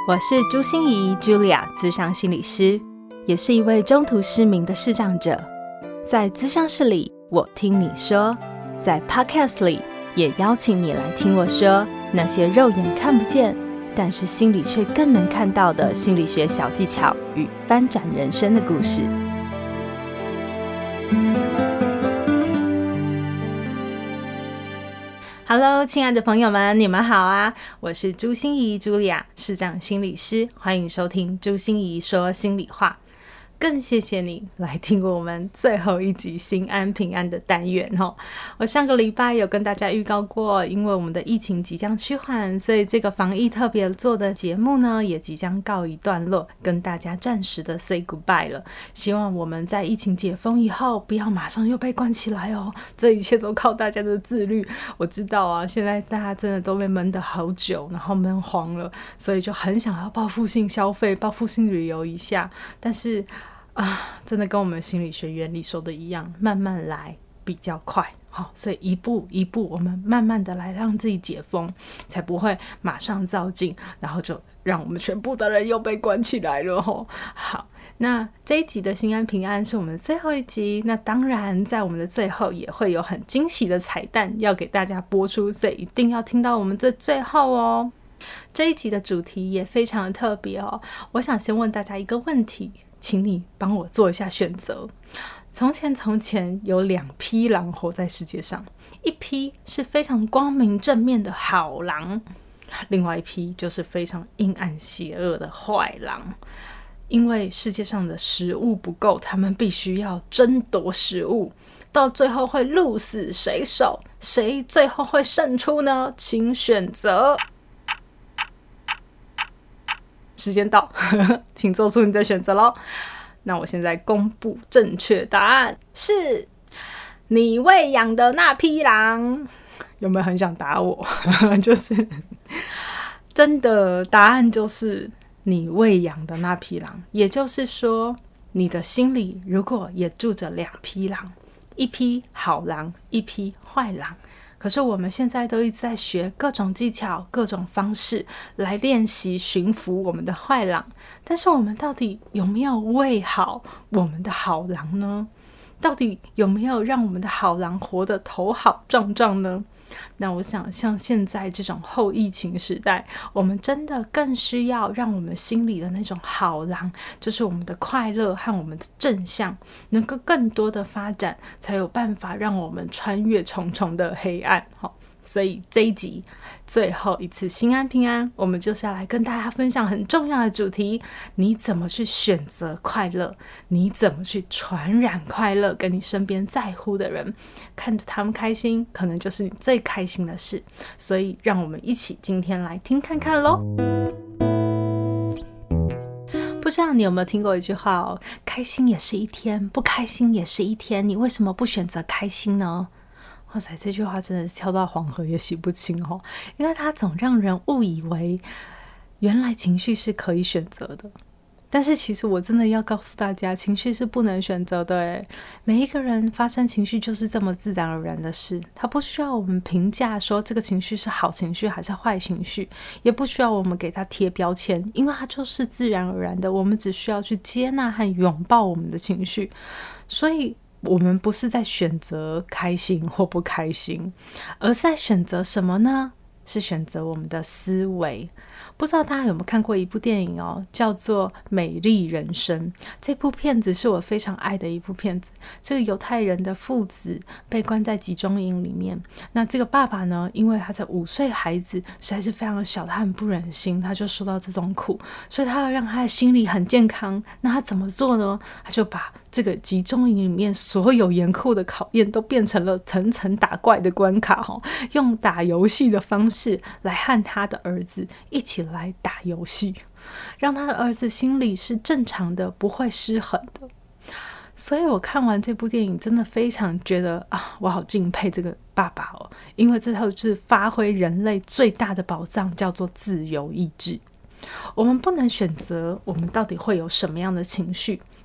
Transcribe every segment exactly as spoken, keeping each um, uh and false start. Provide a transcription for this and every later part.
我是朱心怡 Julia 諮商心理師，也是一位中途失明的視障者。在諮商室裡，我聽你說；在 Podcast 裡，也邀請你來聽我說那些肉眼看不見，但是心裡卻更能看到的心理學小技巧與翻轉人生的故事。Hello， 親愛的朋友們，你們好啊！我是朱心怡 Julia 視障心理師，歡迎收聽朱心怡說心裡話。更謝謝你來聽我們最後一集心安平安的單元哦。我上個禮拜有跟大家預告過，因為我們的疫情即將趨緩，所以這個防疫特別做的節目呢，也即將告一段落，跟大家暫時的 say goodbye 了。希望我們在疫情解封以後，不要馬上又被關起來哦。這一切都靠大家的自律。我知道啊，現在大家真的都被悶得好久，然後悶黃了，所以就很想要報復性消費、報復性旅遊一下，但是啊，真的跟我們心理學原理說的一樣，慢慢來比較快。好，所以一步一步，我們慢慢的來讓自己解封，才不會馬上躁進，然後就讓我們全部的人又被關起來了。好，那這一集的心安平安是我們的最後一集，那當然在我們的最後也會有很驚喜的彩蛋要給大家播出，所以一定要聽到我們這最後哦。這一集的主題也非常的特別哦，我想先問大家一個問題，請你幫我做一下選擇。從前從前有兩匹狼活在世界上，一匹是非常光明正面的好狼，另外一匹就是非常陰暗邪惡的壞狼。因為世界上的食物不夠，他們必須要爭奪食物，到最後會鹿死誰手，誰最後會勝出呢？請選擇。時間到，呵呵，請做出你的選擇咯。那我現在公布正確答案，是你餵養的那匹狼。有沒有很想打我？就是真的答案就是你餵養的那匹狼。也就是說，你的心裡如果也住着兩匹狼，一匹好狼，一匹壞狼。可是我們現在都一直在學各種技巧、各種方式來練習馴服我們的壞狼，但是我們到底有沒有餵好我們的好狼呢？到底有沒有讓我們的好狼活得頭好壯壯呢？那我想像現在這種後疫情時代，我們真的更需要讓我們心裡的那種好狼，就是我們的快樂和我們的正向，能夠更多的發展，才有辦法讓我們穿越重重的黑暗。所以這一集最後一次心安平安，我們就是要來跟大家分享很重要的主題，你怎麼去選擇快樂，你怎麼去傳染快樂跟你身邊在乎的人，看着他們開心可能就是你最開心的事。所以讓我們一起今天來聽看看咯。不知道你有沒有聽過一句話哦，開心也是一天，不開心也是一天，你為什麼不選擇開心呢？哇塞，這句話真的是跳到黃河也洗不清哦，因為它總讓人誤以為原來情緒是可以選擇的，但是其實我真的要告訴大家，情緒是不能選擇的誒。每一個人發生情緒就是這麼自然而然的事，它不需要我們評價說這個情緒是好情緒還是壞情緒，也不需要我們給它貼標籤，因為它就是自然而然的，我們只需要去接納和擁抱我們的情緒。所以我們不是在選擇開心或不開心，而是在選擇什麼呢？是選擇我們的思維。不知道大家有沒有看過一部電影哦，叫做《美麗人生》。這部片子是我非常愛的一部片子。這個猶太人的父子被關在集中營裡面，那這個爸爸呢，因為他的五歲孩子實在是非常的小，他很不忍心，他就受到這種苦，所以他要讓他的心理很健康。那他怎麼做呢？他就把這個集中營裡面所有嚴酷的考驗都變成了層層打怪的關卡，用打遊戲的方式來和他的兒子一起來打遊戲，讓他的兒子心裡是正常的，不會失衡的。所以我看完這部電影真的非常覺得啊，我好敬佩這個爸爸哦，因為這就是發揮人類最大的寶藏，叫做自由意志。我們不能選擇我們到底會有什麼樣的情緒，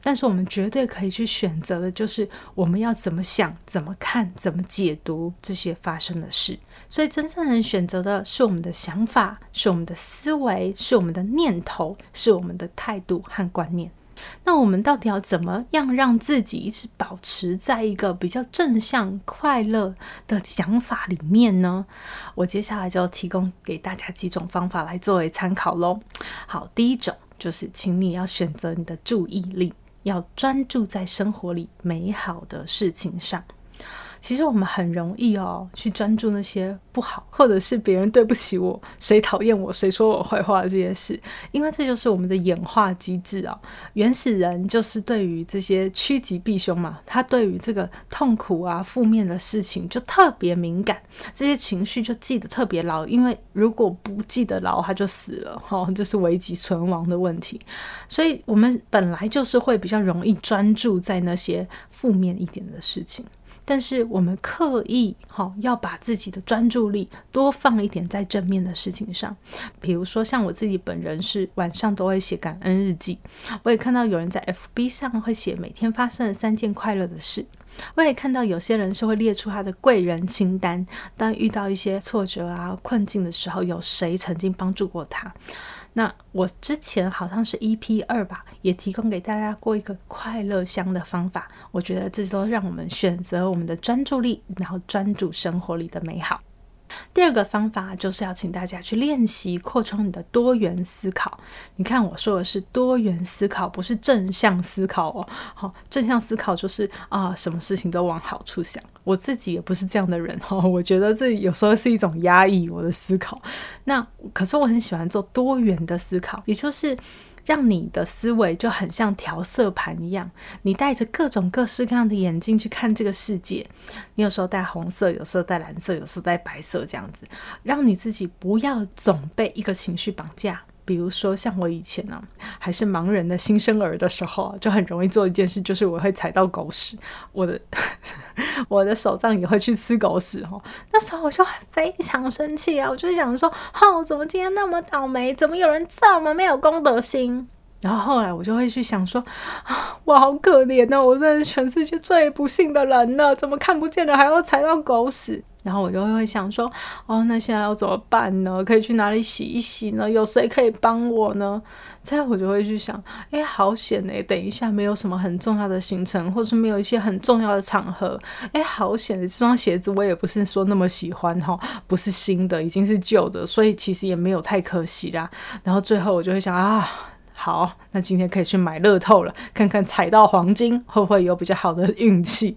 但是我们绝对可以去选择的就是我们要怎么想、怎么看、怎么解读这些发生的事。所以真正能选择的是我们的想法，是我们的思维，是我们的念头，是我们的态度和观念。那我们到底要怎么样让自己一直保持在一个比较正向快乐的想法里面呢？我接下来就提供给大家几种方法来作为参考咯。好，第一种就是请你要选择你的注意力，要专注在生活里美好的事情上。其实我们很容易哦，去专注那些不好，或者是别人对不起我，谁讨厌我，谁说我坏话的这些事，因为这就是我们的演化机制啊。原始人就是对于这些趋吉避凶嘛，他对于这个痛苦啊、负面的事情就特别敏感，这些情绪就记得特别牢，因为如果不记得牢，他就死了，哦，这是危急存亡的问题。所以我们本来就是会比较容易专注在那些负面一点的事情。但是我们刻意、哦、要把自己的专注力多放一点在正面的事情上。比如说像我自己本人是晚上都会写感恩日记，我也看到有人在 F B 上会写每天发生的三件快乐的事，我也看到有些人是会列出他的贵人清单，当遇到一些挫折啊困境的时候，有谁曾经帮助过他。那我之前好像是 E P 二 吧，也提供给大家过一个快乐箱的方法，我觉得这都让我们选择我们的专注力，然后专注生活里的美好。第二个方法就是要请大家去练习扩充你的多元思考。你看我说的是多元思考，不是正向思考哦。好，正向思考就是啊，什么事情都往好处想。我自己也不是这样的人哦，我觉得这有时候是一种压抑我的思考。那可是我很喜欢做多元的思考，也就是让你的思维就很像调色盘一样，你带着各种各式各样的眼睛去看这个世界。你有时候带红色，有时候带蓝色，有时候带白色，这样子让你自己不要总被一个情绪绑架。比如说像我以前呢、啊，还是盲人的新生儿的时候、啊、就很容易做一件事，就是我会踩到狗屎，我的我的手杖也会去吃狗屎、哦、那时候我就非常生气啊，我就想说哦，怎么今天那么倒霉，怎么有人这么没有公德心。然后后来我就会去想说啊，我好可怜哦，我真的是全世界最不幸的人了，怎么看不见了还要踩到狗屎。然后我就会想说哦，那现在要怎么办呢？可以去哪里洗一洗呢？有谁可以帮我呢？这样我就会去想，诶，好险诶，等一下没有什么很重要的行程，或是没有一些很重要的场合。诶，好险的，这双鞋子我也不是说那么喜欢齁，不是新的，已经是旧的，所以其实也没有太可惜啦。然后最后我就会想啊，好，那今天可以去买乐透了，看看踩到黄金会不会有比较好的运气。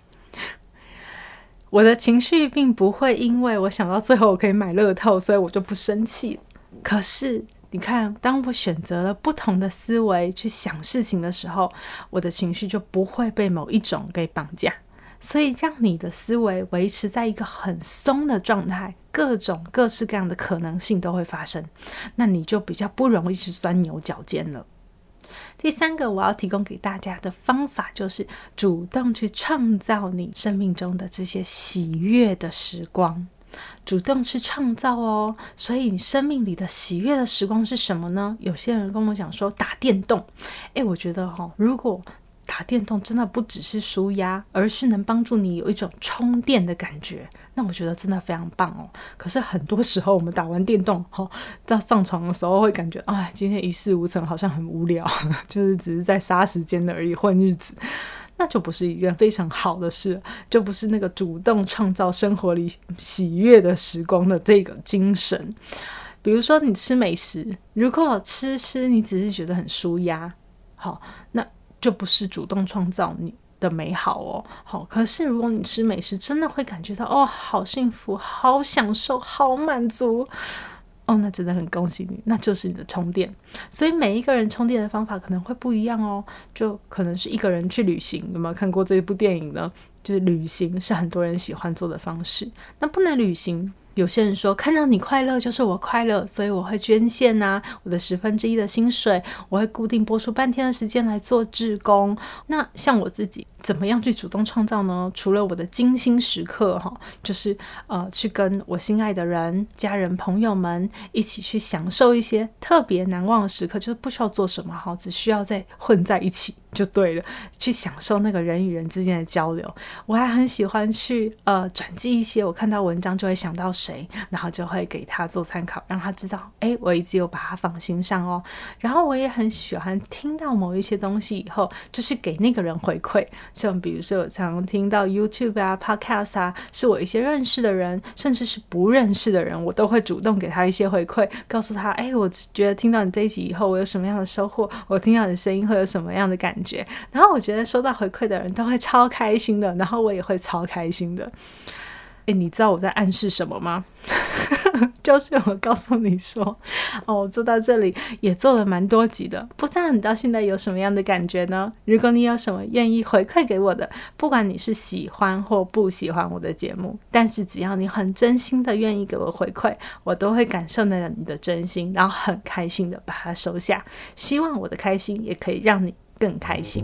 我的情绪并不会因为我想到最后我可以买乐透，所以我就不生气。可是你看，当我选择了不同的思维去想事情的时候，我的情绪就不会被某一种给绑架。所以让你的思维维持在一个很松的状态，各种各式各样的可能性都会发生，那你就比较不容易去钻牛角尖了。第三个我要提供给大家的方法就是主动去创造你生命中的这些喜悦的时光，主动去创造哦。所以你生命里的喜悦的时光是什么呢？有些人跟我讲说打电动，诶，我觉得哦，如果打电动真的不只是抒压，而是能帮助你有一种充电的感觉，那我觉得真的非常棒哦。可是很多时候我们打完电动、哦、到上床的时候会感觉哎，今天一事无成，好像很无聊，就是只是在杀时间的而已，混日子，那就不是一件非常好的事，就不是那个主动创造生活里喜悦的时光的这个精神。比如说你吃美食，如果吃吃你只是觉得很抒压，好，那就不是主动创造你的美好哦。好，可是如果你吃美食真的会感觉到哦，好幸福，好享受，好满足哦，那真的很恭喜你，那就是你的充电。所以每一个人充电的方法可能会不一样哦，就可能是一个人去旅行，有没有看过这一部电影呢？就是旅行是很多人喜欢做的方式。那不能旅行，有些人说看到你快乐就是我快乐，所以我会捐献啊，我的十分之一的薪水我会固定播出半天的时间来做志工。那像我自己怎么样去主动创造呢？除了我的精心时刻就是呃，去跟我心爱的人、家人、朋友们一起去享受一些特别难忘的时刻，就是不需要做什么，只需要再混在一起就对了，去享受那个人与人之间的交流。我还很喜欢去呃转寄一些我看到文章就会想到谁，然后就会给他做参考，让他知道诶我一直有把他放心上哦。然后我也很喜欢听到某一些东西以后，就是给那个人回馈，像比如说我常听到 YouTube 啊 Podcast 啊，是我一些认识的人甚至是不认识的人，我都会主动给他一些回馈，告诉他诶我觉得听到你这一集以后我有什么样的收获，我听到你的声音会有什么样的感觉，然后我觉得收到回馈的人都会超开心的，然后我也会超开心的。诶，你知道我在暗示什么吗？就是我告诉你说哦，我做到这里也做了蛮多集的，不知道你到现在有什么样的感觉呢？如果你有什么愿意回馈给我的，不管你是喜欢或不喜欢我的节目，但是只要你很真心的愿意给我回馈，我都会感受到你的真心，然后很开心的把它收下。希望我的开心也可以让你更开心。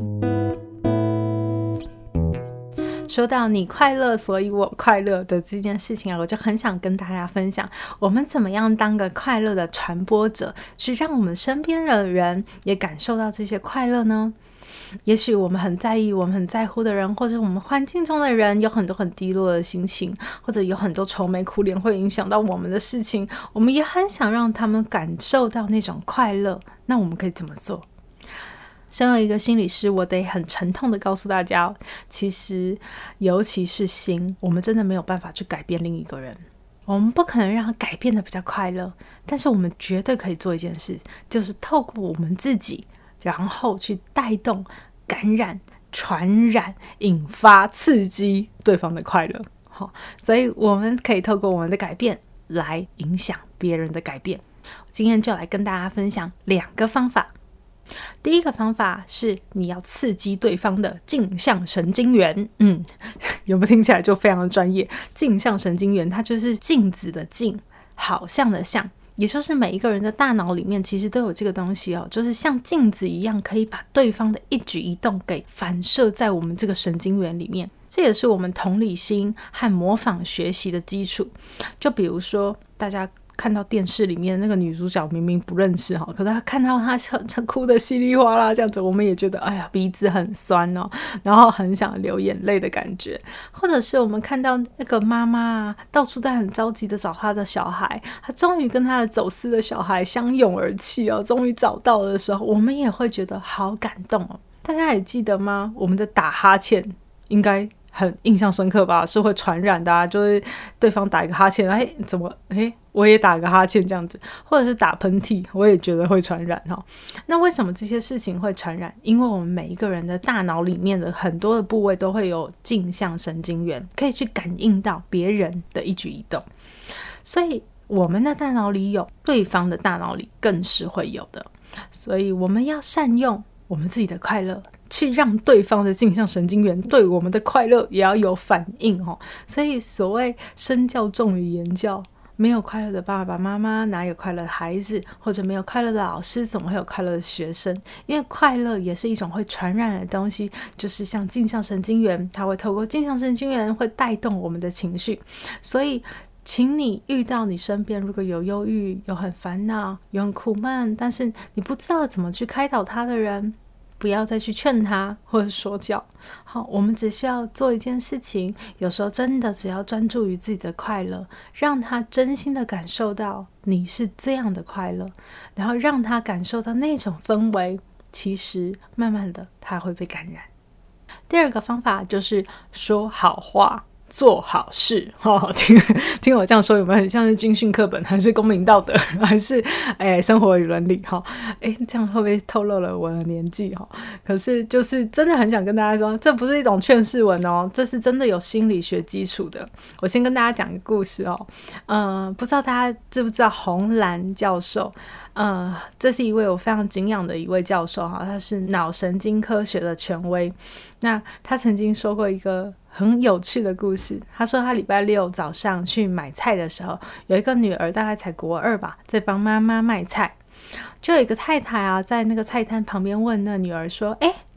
说到你快乐所以我快乐的这件事情啊，我就很想跟大家分享我们怎么样当个快乐的传播者，去让我们身边的人也感受到这些快乐呢？也许我们很在意我们很在乎的人，或者我们环境中的人有很多很低落的心情，或者有很多愁眉苦脸会影响到我们的事情，我们也很想让他们感受到那种快乐，那我们可以怎么做？身为一个心理师，我得很沉痛的告诉大家，其实尤其是心，我们真的没有办法去改变另一个人，我们不可能让他改变的比较快乐，但是我们绝对可以做一件事，就是透过我们自己，然后去带动、感染、传染、引发、刺激对方的快乐。好，所以我们可以透过我们的改变来影响别人的改变。今天就来跟大家分享两个方法。第一个方法是你要刺激对方的镜像神经元，嗯，有没有听起来就非常的专业？镜像神经元它就是镜子的镜，好像的像，也就是每一个人的大脑里面其实都有这个东西哦，就是像镜子一样，可以把对方的一举一动给反射在我们这个神经元里面。这也是我们同理心和模仿学习的基础。就比如说大家看到电视里面那个女主角明明不认识，可是她看到她哭得稀里哗啦这样子，我们也觉得哎呀鼻子很酸哦，然后很想流眼泪的感觉。或者是我们看到那个妈妈啊，到处在很着急的找她的小孩，她终于跟她的走失的小孩相拥而泣哦，终于找到的时候，我们也会觉得好感动哦。大家还记得吗？我们的打哈欠应该很印象深刻吧，是会传染的啊，就是对方打一个哈欠，哎，怎么哎我也打个哈欠这样子，或者是打喷嚏，我也觉得会传染哈。那为什么这些事情会传染？因为我们每一个人的大脑里面的很多的部位都会有镜像神经元，可以去感应到别人的一举一动，所以我们的大脑里有，对方的大脑里更是会有的。所以我们要善用我们自己的快乐，去让对方的镜像神经元对我们的快乐也要有反应哦。所以所谓身教重于言教，没有快乐的爸爸妈妈哪有快乐的孩子，或者没有快乐的老师怎么会有快乐的学生？因为快乐也是一种会传染的东西，就是像镜像神经元，它会透过镜像神经元会带动我们的情绪。所以请你遇到你身边如果有忧郁、有很烦恼、有很苦闷，但是你不知道怎么去开导他的人，不要再去劝他或者说教。好，我们只需要做一件事情，有时候真的只要专注于自己的快乐，让他真心的感受到你是这样的快乐，然后让他感受到那种氛围，其实慢慢的他会被感染。第二个方法就是说好话，做好事、哦、听, 听我这样说有没有很像是军训课本，还是公民道德，还是、哎、生活与伦理、哦哎、这样会不会透露了我的年纪、哦、可是就是真的很想跟大家说，这不是一种劝世文哦，这是真的有心理学基础的。我先跟大家讲一个故事哦，嗯、不知道大家知不知道洪兰教授？呃，这是一位我非常敬仰的一位教授哈，他是脑神经科学的权威。那他曾经说过一个很有趣的故事，他说他礼拜六早上去买菜的时候，有一个女儿大概才国二吧，在帮妈妈卖菜，就有一个太太啊，在那个菜摊旁边问那女儿说：“哎，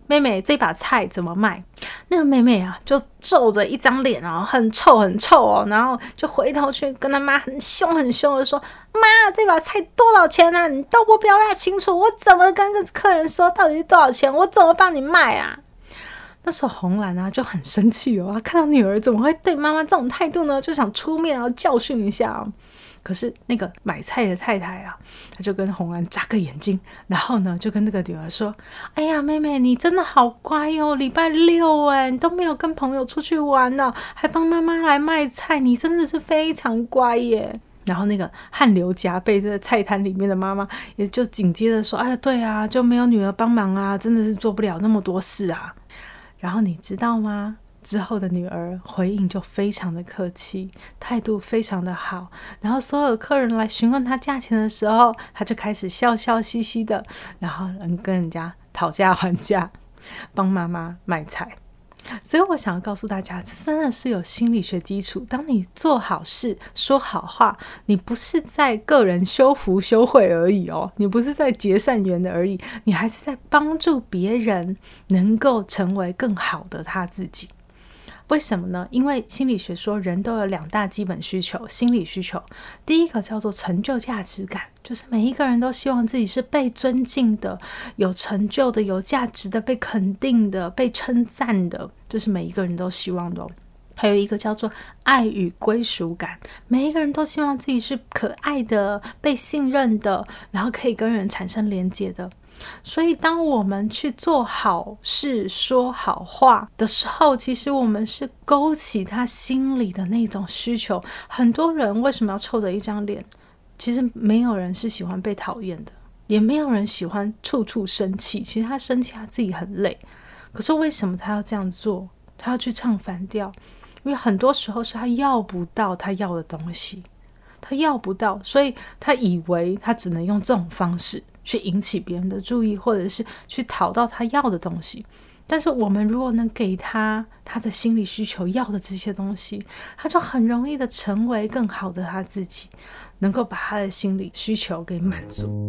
妹妹这把菜怎么卖？那个妹妹啊就皱着一张脸哦，很臭很臭哦，然后就回头去跟她妈很凶很凶的说，妈，这把菜多少钱啊？你都不表达清楚，我怎么跟客人说到底是多少钱？我怎么帮你卖啊？那时候红兰啊就很生气哦，她看到女儿怎么会对妈妈这种态度呢，就想出面啊教训一下哦。可是那个买菜的太太啊，她就跟红兰眨个眼睛，然后呢就跟那个女儿说，哎呀妹妹，你真的好乖哦，礼拜六哎，你都没有跟朋友出去玩呢，还帮妈妈来卖菜，你真的是非常乖耶。然后那个汗流浃背在菜摊里面的妈妈也就紧接着说，哎呀对啊，就没有女儿帮忙啊，真的是做不了那么多事啊。然后你知道吗，之后的女儿回应就非常的客气，态度非常的好，然后所有客人来询问她价钱的时候，她就开始笑笑嘻嘻的，然后能跟人家讨价还价，帮妈妈卖菜。所以我想要告诉大家，这真的是有心理学基础。当你做好事说好话，你不是在个人修福修慧而已哦，你不是在结善缘的而已，你还是在帮助别人能够成为更好的他自己。为什么呢？因为心理学说人都有两大基本需求，心理需求。第一个叫做成就价值感，就是每一个人都希望自己是被尊敬的，有成就的，有价值的，被肯定的，被称赞的，这是每一个人都希望的哦。还有一个叫做爱与归属感，每一个人都希望自己是可爱的，被信任的，然后可以跟人产生连结的。所以当我们去做好事说好话的时候，其实我们是勾起他心里的那种需求。很多人为什么要臭着一张脸？其实没有人是喜欢被讨厌的，也没有人喜欢处处生气。其实他生气他自己很累，可是为什么他要这样做？他要去唱反调，因为很多时候是他要不到他要的东西，他要不到，所以他以为他只能用这种方式去引起别人的注意，或者是去讨到他要的东西。但是我们如果能给他他的心理需求要的这些东西，他就很容易的成为更好的他自己，能够把他的心理需求给满足。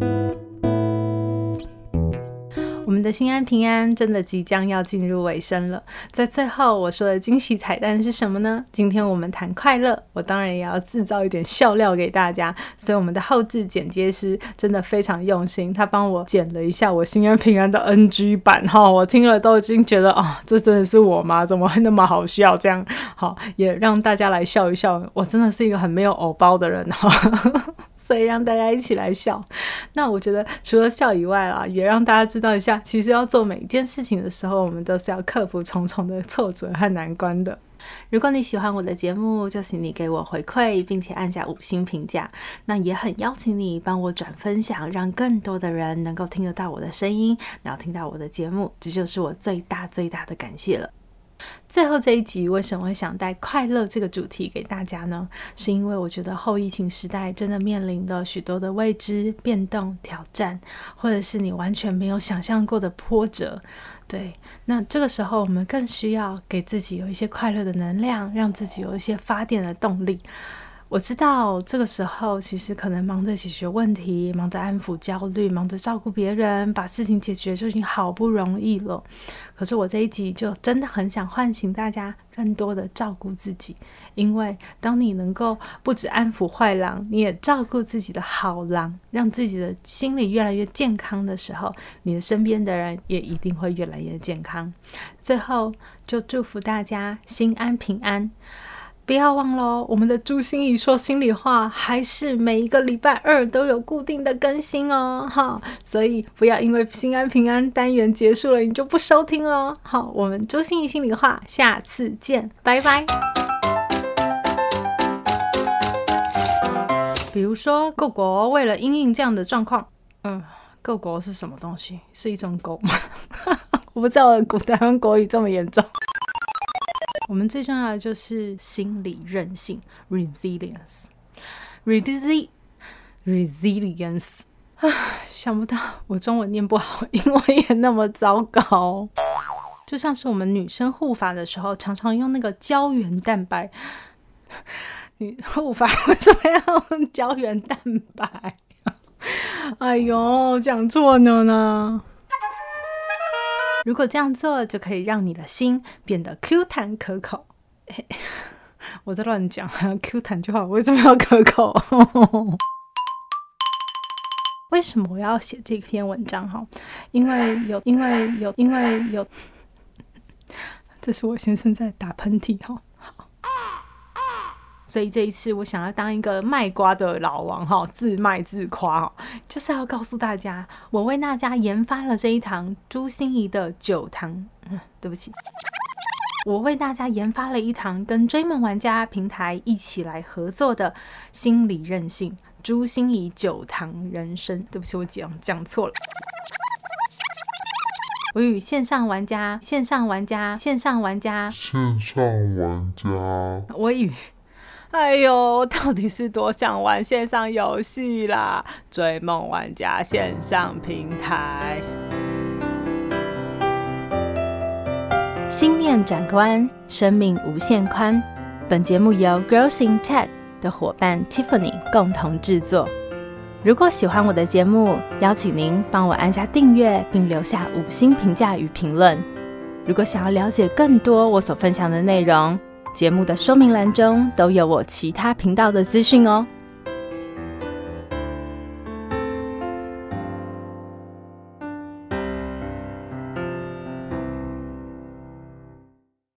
我们的心安平安真的即将要进入尾声了，在最后我说的惊喜彩蛋是什么呢？今天我们谈快乐，我当然也要制造一点笑料给大家，所以我们的后制剪接师真的非常用心，他帮我剪了一下我心安平安的 N G 版，我听了都已经觉得、哦、这真的是我吗？怎么会那么好笑？这样好，也让大家来笑一笑，我真的是一个很没有偶包的人所以让大家一起来笑。那我觉得除了笑以外啊，也让大家知道一下，其实要做每一件事情的时候，我们都是要克服重重的挫折和难关的。如果你喜欢我的节目，就请你给我回馈，并且按下五星评价。那也很邀请你帮我转分享，让更多的人能够听得到我的声音，然后听到我的节目，这就是我最大最大的感谢了。最后这一集为什么会想带快乐这个主题给大家呢？是因为我觉得后疫情时代真的面临了许多的未知、变动、挑战，或者是你完全没有想象过的波折。对，那这个时候我们更需要给自己有一些快乐的能量，让自己有一些发电的动力。我知道这个时候其实可能忙着解决问题，忙着安抚焦虑，忙着照顾别人，把事情解决就已经好不容易了。可是我这一集就真的很想唤醒大家更多的照顾自己，因为当你能够不只安抚坏狼，你也照顾自己的好狼，让自己的心理越来越健康的时候，你的身边的人也一定会越来越健康。最后就祝福大家心安平安。不要忘了，我们的朱心怡说心里话还是每一个礼拜二都有固定的更新哦，哈，所以不要因为心安平安单元结束了你就不收听了。好，我们朱心怡心里话下次见，拜拜。比如说狗狗为了因应这样的状况，嗯，狗狗是什么东西？是一种狗吗？我不知道古台湾国语这么严重。我们最重要的就是心理韧性 resilience Resi resilience 想不到我中文念不好，英文也那么糟糕。就像是我们女生护发的时候常常用那个胶原蛋白，你护发为什么要用胶原蛋白？哎呦，讲错了呢。 如果这样做就可以让你的心变得 Q 弹可口。我在乱讲，Q 弹就好，为什么要可口？为什么我要写这篇文章？因为有，因为有，因为有，这是我先生在打喷嚏。所以这一次我想要当一个卖瓜的老王，自卖自夸，就是要告诉大家，我为大家研发了这一堂朱心怡的九堂、嗯、对不起，我为大家研发了一堂跟追梦玩家平台一起来合作的心理韧性朱心怡九堂人生。对不起，我讲讲错了。我与线上玩家线上玩家线上玩家线上玩家我与哎呦，到底是多想玩线上游戏啦！追梦玩家线上平台，心念转个弯，生命无限宽。本节目由 Girls in Tech 的伙伴 Tiffany 共同制作。如果喜欢我的节目，邀请您帮我按下订阅，并留下五星评价与评论。如果想要了解更多我所分享的内容，节目的说明栏中都有我其他频道的资讯哦。